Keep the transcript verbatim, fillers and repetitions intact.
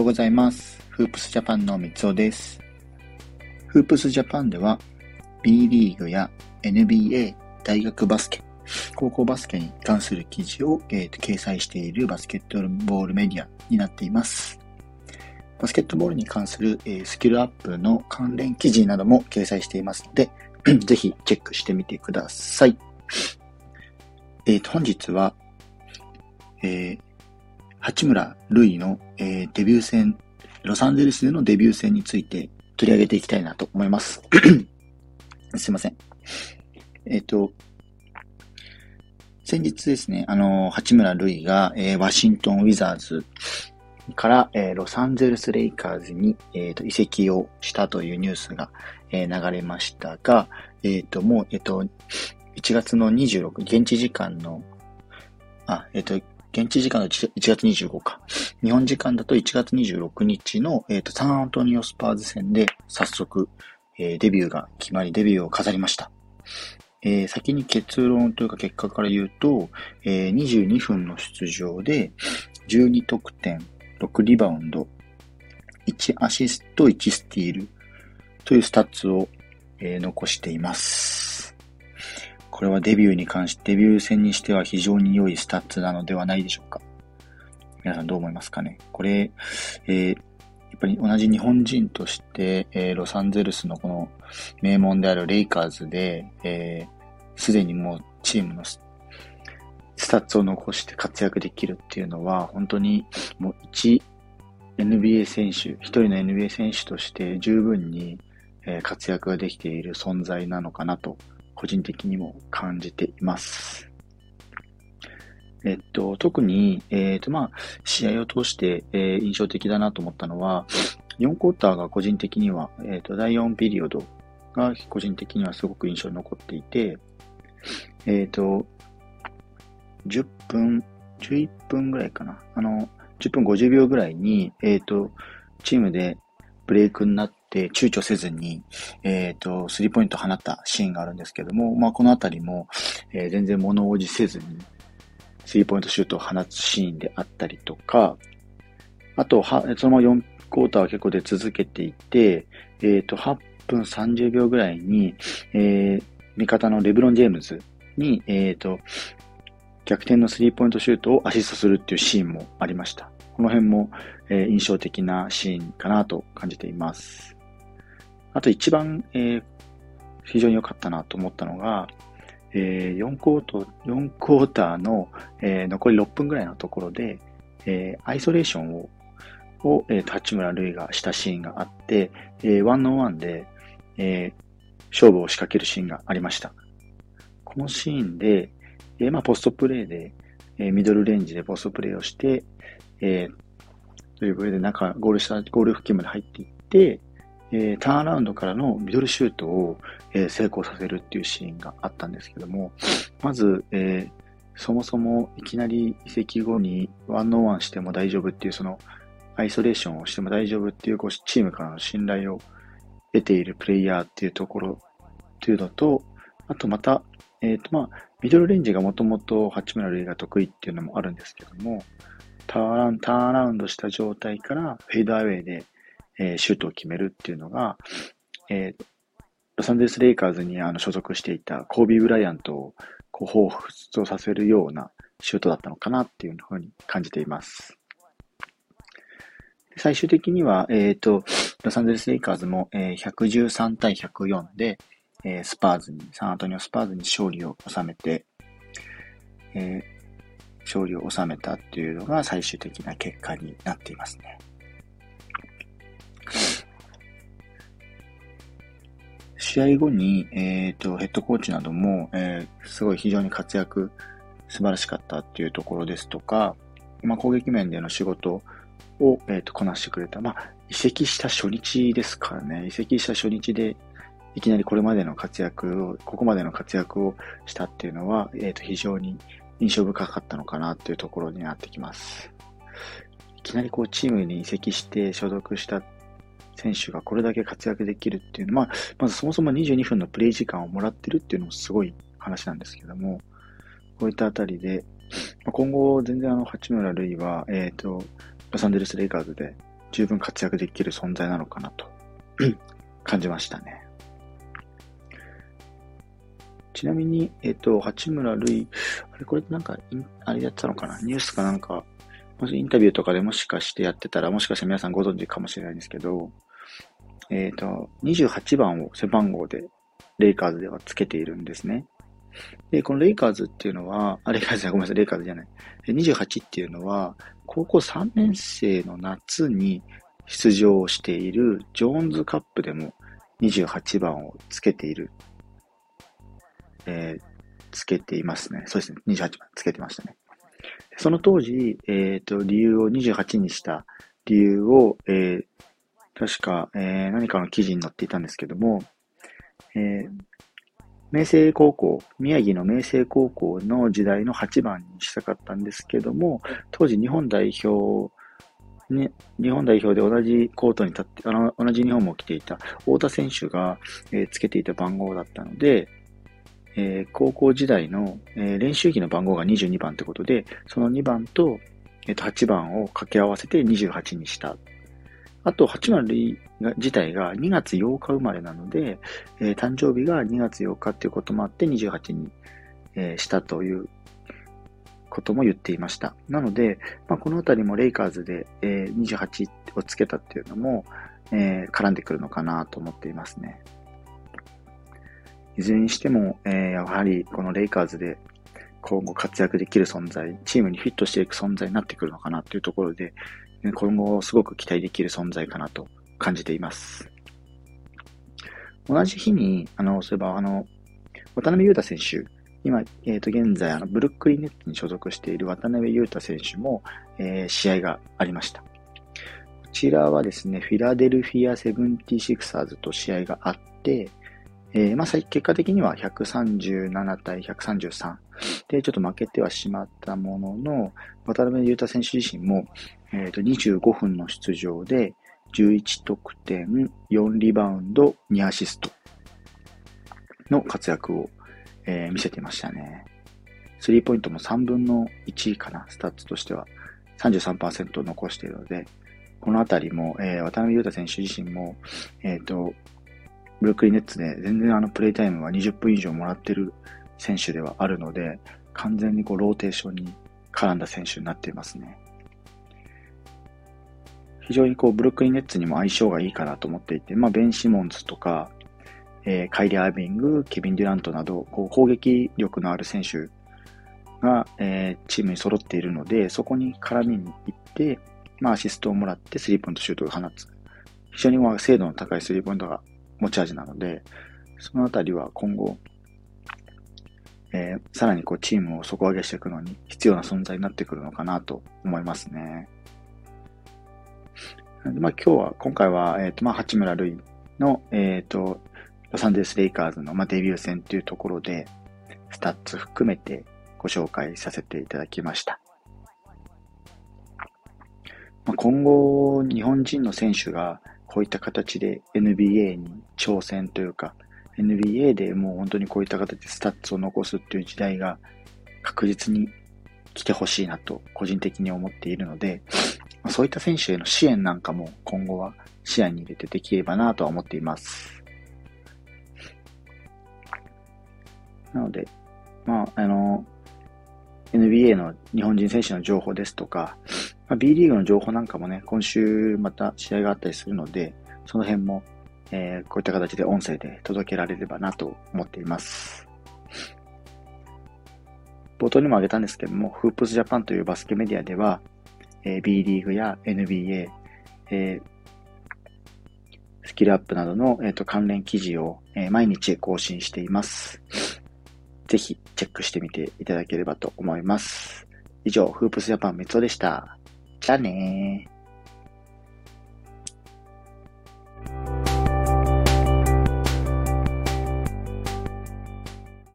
ございます。フープスジャパンのみつおです。フープスジャパンでは B リーグや エヌビーエー、大学バスケ、高校バスケに関する記事を、えー、と掲載しているバスケットボールメディアになっています。バスケットボールに関する、えー、スキルアップの関連記事なども掲載していますので、ぜひチェックしてみてください。えー、と本日は、えー八村塁の、えー、デビュー戦、ロサンゼルスでのデビュー戦について取り上げていきたいなと思います。すいません。えっと、先日ですね、あの、八村塁が、えー、ワシントンウィザーズから、えー、ロサンゼルスレイカーズに、えー、と移籍をしたというニュースが、えー、流れましたが、えっと、もう、えっと、いちがつのにじゅうろく、現地時間の、あ、えっと、現地時間のいちがつにじゅうごか。日本時間だといちがつにじゅうろくにちの、えー、とサンアントニオスパーズ戦で早速、えー、デビューが決まりデビューを飾りました。えー、先に結論というか結果から言うと、えー、にじゅうにふんの出場でじゅうにとくてん、ろくリバウンド、いちアシスト、いちスティールというスタッツを、えー、残しています。これはデビューに関して、デビュー戦にしては非常に良いスタッツなのではないでしょうか。皆さんどう思いますかね。これ、えー、やっぱり同じ日本人として、えー、ロサンゼルスのこの名門であるレイカーズで、えー、すでにもうチームのスタッツを残して活躍できるっていうのは、本当にもう一 エヌビーエー 選手、一人の エヌビーエー 選手として十分に、えー、活躍ができている存在なのかなと、個人的にも感じています。えっと、特に、えっと、まあ、試合を通して、えー、印象的だなと思ったのは、よんクォーターが個人的には、えっと、だいよんピリオドが個人的にはすごく印象に残っていて、えっと、じゅっぷん、じゅういっぷんぐらいかな。あの、じゅっぷんごじゅうびょうぐらいに、えっと、チームでブレイクになって躊躇せずに、えっと、スリーポイント放ったシーンがあるんですけども、まあ、このあたりも、えー、全然物おじせずに、スリーポイントシュートを放つシーンであったりとか、あと、は、そのままよんクォーターは結構で続けていて、えっと、はっぷんさんじゅうびょうぐらいに、えー、味方のレブロン・ジェームズに、えっと、逆転のスリーポイントシュートをアシストするっていうシーンもありました。この辺も、えー、印象的なシーンかなと感じています。あと一番、えー、非常に良かったなと思ったのが、えー、よんクォーター、よんクォーターの、えー、残りろっぷんぐらいのところで、えー、アイソレーションを、をえー、八村塁がしたシーンがあって、えー、ワンオンワンで、えー、勝負を仕掛けるシーンがありました。このシーンで、えー、まあ、ポストプレーで、えー、ミドルレンジでポストプレーをして、えー、ということで中、ゴール下、ゴール付近まで入っていって、えー、ターンアラウンドからのミドルシュートを、えー、成功させるっていうシーンがあったんですけども、まず、えー、そもそもいきなり移籍後にワンオンワンしても大丈夫っていうそのアイソレーションをしても大丈夫っていうこうチームからの信頼を得ているプレイヤーっていうところっていうのと、あとまた、えっとまあ、ミドルレンジがもともと八村塁が得意っていうのもあるんですけども、ターン、ターンアラウンドした状態からフェードアウェイでえー、シュートを決めるっていうのが、えー、ロサンゼルスレイカーズにあの所属していたコービー・ブライアントをこう彷彿とさせるようなシュートだったのかなっていうふうに感じています。最終的には、えっと、ロサンゼルスレイカーズも、えー、ひゃくじゅうさんたいひゃくよんで、えー、スパーズに、サンアントニオスパーズに勝利を収めて、えー、勝利を収めたっていうのが最終的な結果になっていますね。試合後に、えっと、ヘッドコーチなども、えー、すごい非常に活躍、素晴らしかったっていうところですとか、まあ、攻撃面での仕事を、えーと、こなしてくれた。まあ、移籍した初日ですからね。移籍した初日で、いきなりこれまでの活躍を、ここまでの活躍をしたっていうのは、えっと、非常に印象深かったのかなっていうところになってきます。いきなりこう、チームに移籍して所属した選手がこれだけ活躍できるっていうのは、まあ、まずそもそもにじゅうにふんのプレイ時間をもらってるっていうのもすごい話なんですけども、こういったあたりで、今後全然あの、八村塁は、えっと、ロサンゼルスレイカーズで十分活躍できる存在なのかなと感じましたね。ちなみに、えっと、八村塁、あれ、これなんか、あれやってたのかな、ニュースかなんか、もしインタビューとかでもしかしてやってたら、もしかしたら皆さんご存知かもしれないんですけど、えっと、にじゅうはちばんを背番号で、レイカーズではつけているんですね。で、このレイカーズっていうのは、あ、レイカーズじゃない、ごめんなさい、レイカーズじゃない。にじゅうはちっていうのは、高校さんねん生の夏に出場しているジョーンズカップでもにじゅうはちばんをつけている。えー、つけていますね。そうですね。にじゅうはちばんつけてましたね。その当時、えっと、理由をにじゅうはちにした理由を、えー、確か、えー、何かの記事に載っていたんですけども、えー、明星高校、宮城の明星高校の時代のはちばんにしたかったんですけども、当時日本代表、ね、日本代表で同じコートに立って、あの、同じユニフォームを着ていた太田選手が、えー、つけていた番号だったので、えー、高校時代の、えー、練習着の番号がにじゅうにばんってことで、そのにばんと、えっと、はちばんを掛け合わせてにじゅうはちにした。あと、八村塁自体がにがつようか生まれなので、えー、誕生日がにがつようかっていうこともあってにじゅうはちに、えー、したということも言っていました。なので、まあ、このあたりもレイカーズで、えー、にじゅうはちをつけたっていうのも、えー、絡んでくるのかなと思っていますね。いずれにしても、えー、やはりこのレイカーズで今後活躍できる存在、チームにフィットしていく存在になってくるのかなというところで、今後すごく期待できる存在かなと感じています。同じ日に、あの、そういえば、あの、渡辺裕太選手、今、えっと、現在、あの、ブルックリンネッツに所属している渡辺裕太選手も、えー、試合がありました。こちらはですね、フィラデルフィアセブンティシクサーズと試合があって、えー、まあ、結果的にはひゃくさんじゅうななたいひゃくさんじゅうさんで、ちょっと負けてはしまったものの、渡辺裕太選手自身も、えっと、にじゅうごふんの出場で、じゅういちとくてん、よんリバウンド、にアシストの活躍を、えー、見せていましたね。スリーポイントもさんぶんのいちかな、スタッツとしては さんじゅうさんパーセント 残しているので、このあたりも、えー、渡辺裕太選手自身も、えっと、ブルックリンネッツで全然あのプレイタイムはにじゅっぷん以上もらってる選手ではあるので、完全にこうローテーションに絡んだ選手になっていますね。非常にこうブルックリンネッツにも相性がいいかなと思っていて、まあベン・シモンズとか、えー、カイリー・アービング、ケビン・デュラントなど、こう攻撃力のある選手が、えー、チームに揃っているので、そこに絡みに行って、まあアシストをもらってスリーポイントシュートを放つ。非常にまあ精度の高いスリーポイントが持ち味なので、そのあたりは今後、えー、さらにこうチームを底上げしていくのに必要な存在になってくるのかなと思いますね。でまあ今日は、今回は、えっと、まあ八村塁の、えっと、ロサンゼルスレイカーズの、まあ、デビュー戦というところで、スタッツ含めてご紹介させていただきました。まあ、今後、日本人の選手がこういった形で エヌビーエー に挑戦というか、エヌビーエー でもう本当にこういった形でスタッツを残すっていう時代が確実に来てほしいなと個人的に思っているので、そういった選手への支援なんかも今後は視野に入れてできればなとは思っています。なので、まあ、あの、エヌビーエー の日本人選手の情報ですとか、まあ、B リーグの情報なんかもね、今週また試合があったりするので、その辺も、えー、こういった形で音声で届けられればなと思っています。冒頭にも挙げたんですけども、フープスジャパンというバスケメディアでは、えー、B リーグや エヌビーエー、えー、スキルアップなどの、えーと、関連記事を、えー、毎日更新しています。ぜひチェックしてみていただければと思います。以上、フープスジャパンみつおでした。じゃあねー。